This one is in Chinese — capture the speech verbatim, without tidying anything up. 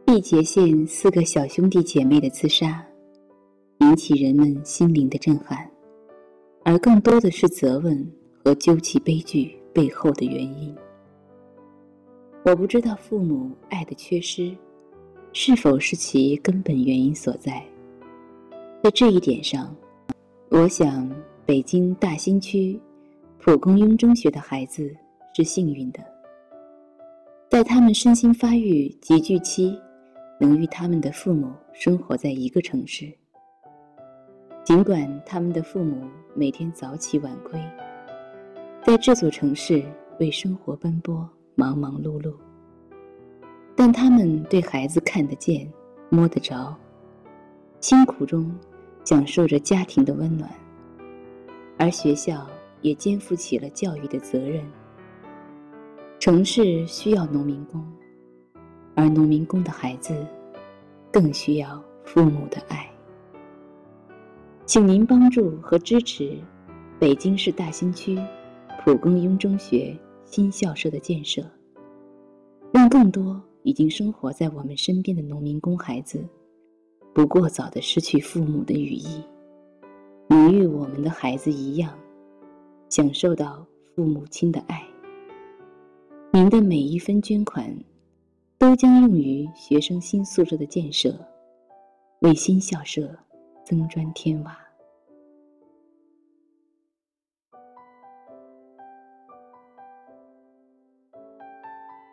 毕节县四个小兄弟姐妹的自杀，引起人们心灵的震撼，而更多的是责问和究其悲剧背后的原因。我不知道父母爱的缺失是否是其根本原因所在。在这一点上，我想北京大兴区蒲公英中学的孩子是幸运的，在他们身心发育集聚期，能与他们的父母生活在一个城市。尽管他们的父母每天早起晚归，在这座城市为生活奔波，忙忙碌碌，但他们对孩子看得见摸得着，辛苦中享受着家庭的温暖，而学校也肩负起了教育的责任。城市需要农民工，而农民工的孩子更需要父母的爱。请您帮助和支持北京市大兴区蒲公英中学新校舍的建设，让更多已经生活在我们身边的农民工孩子不过早地失去父母的羽翼，能与我们的孩子一样享受到父母亲的爱。您的每一分捐款都将用于学生新宿舍的建设，为新校舍增砖添瓦。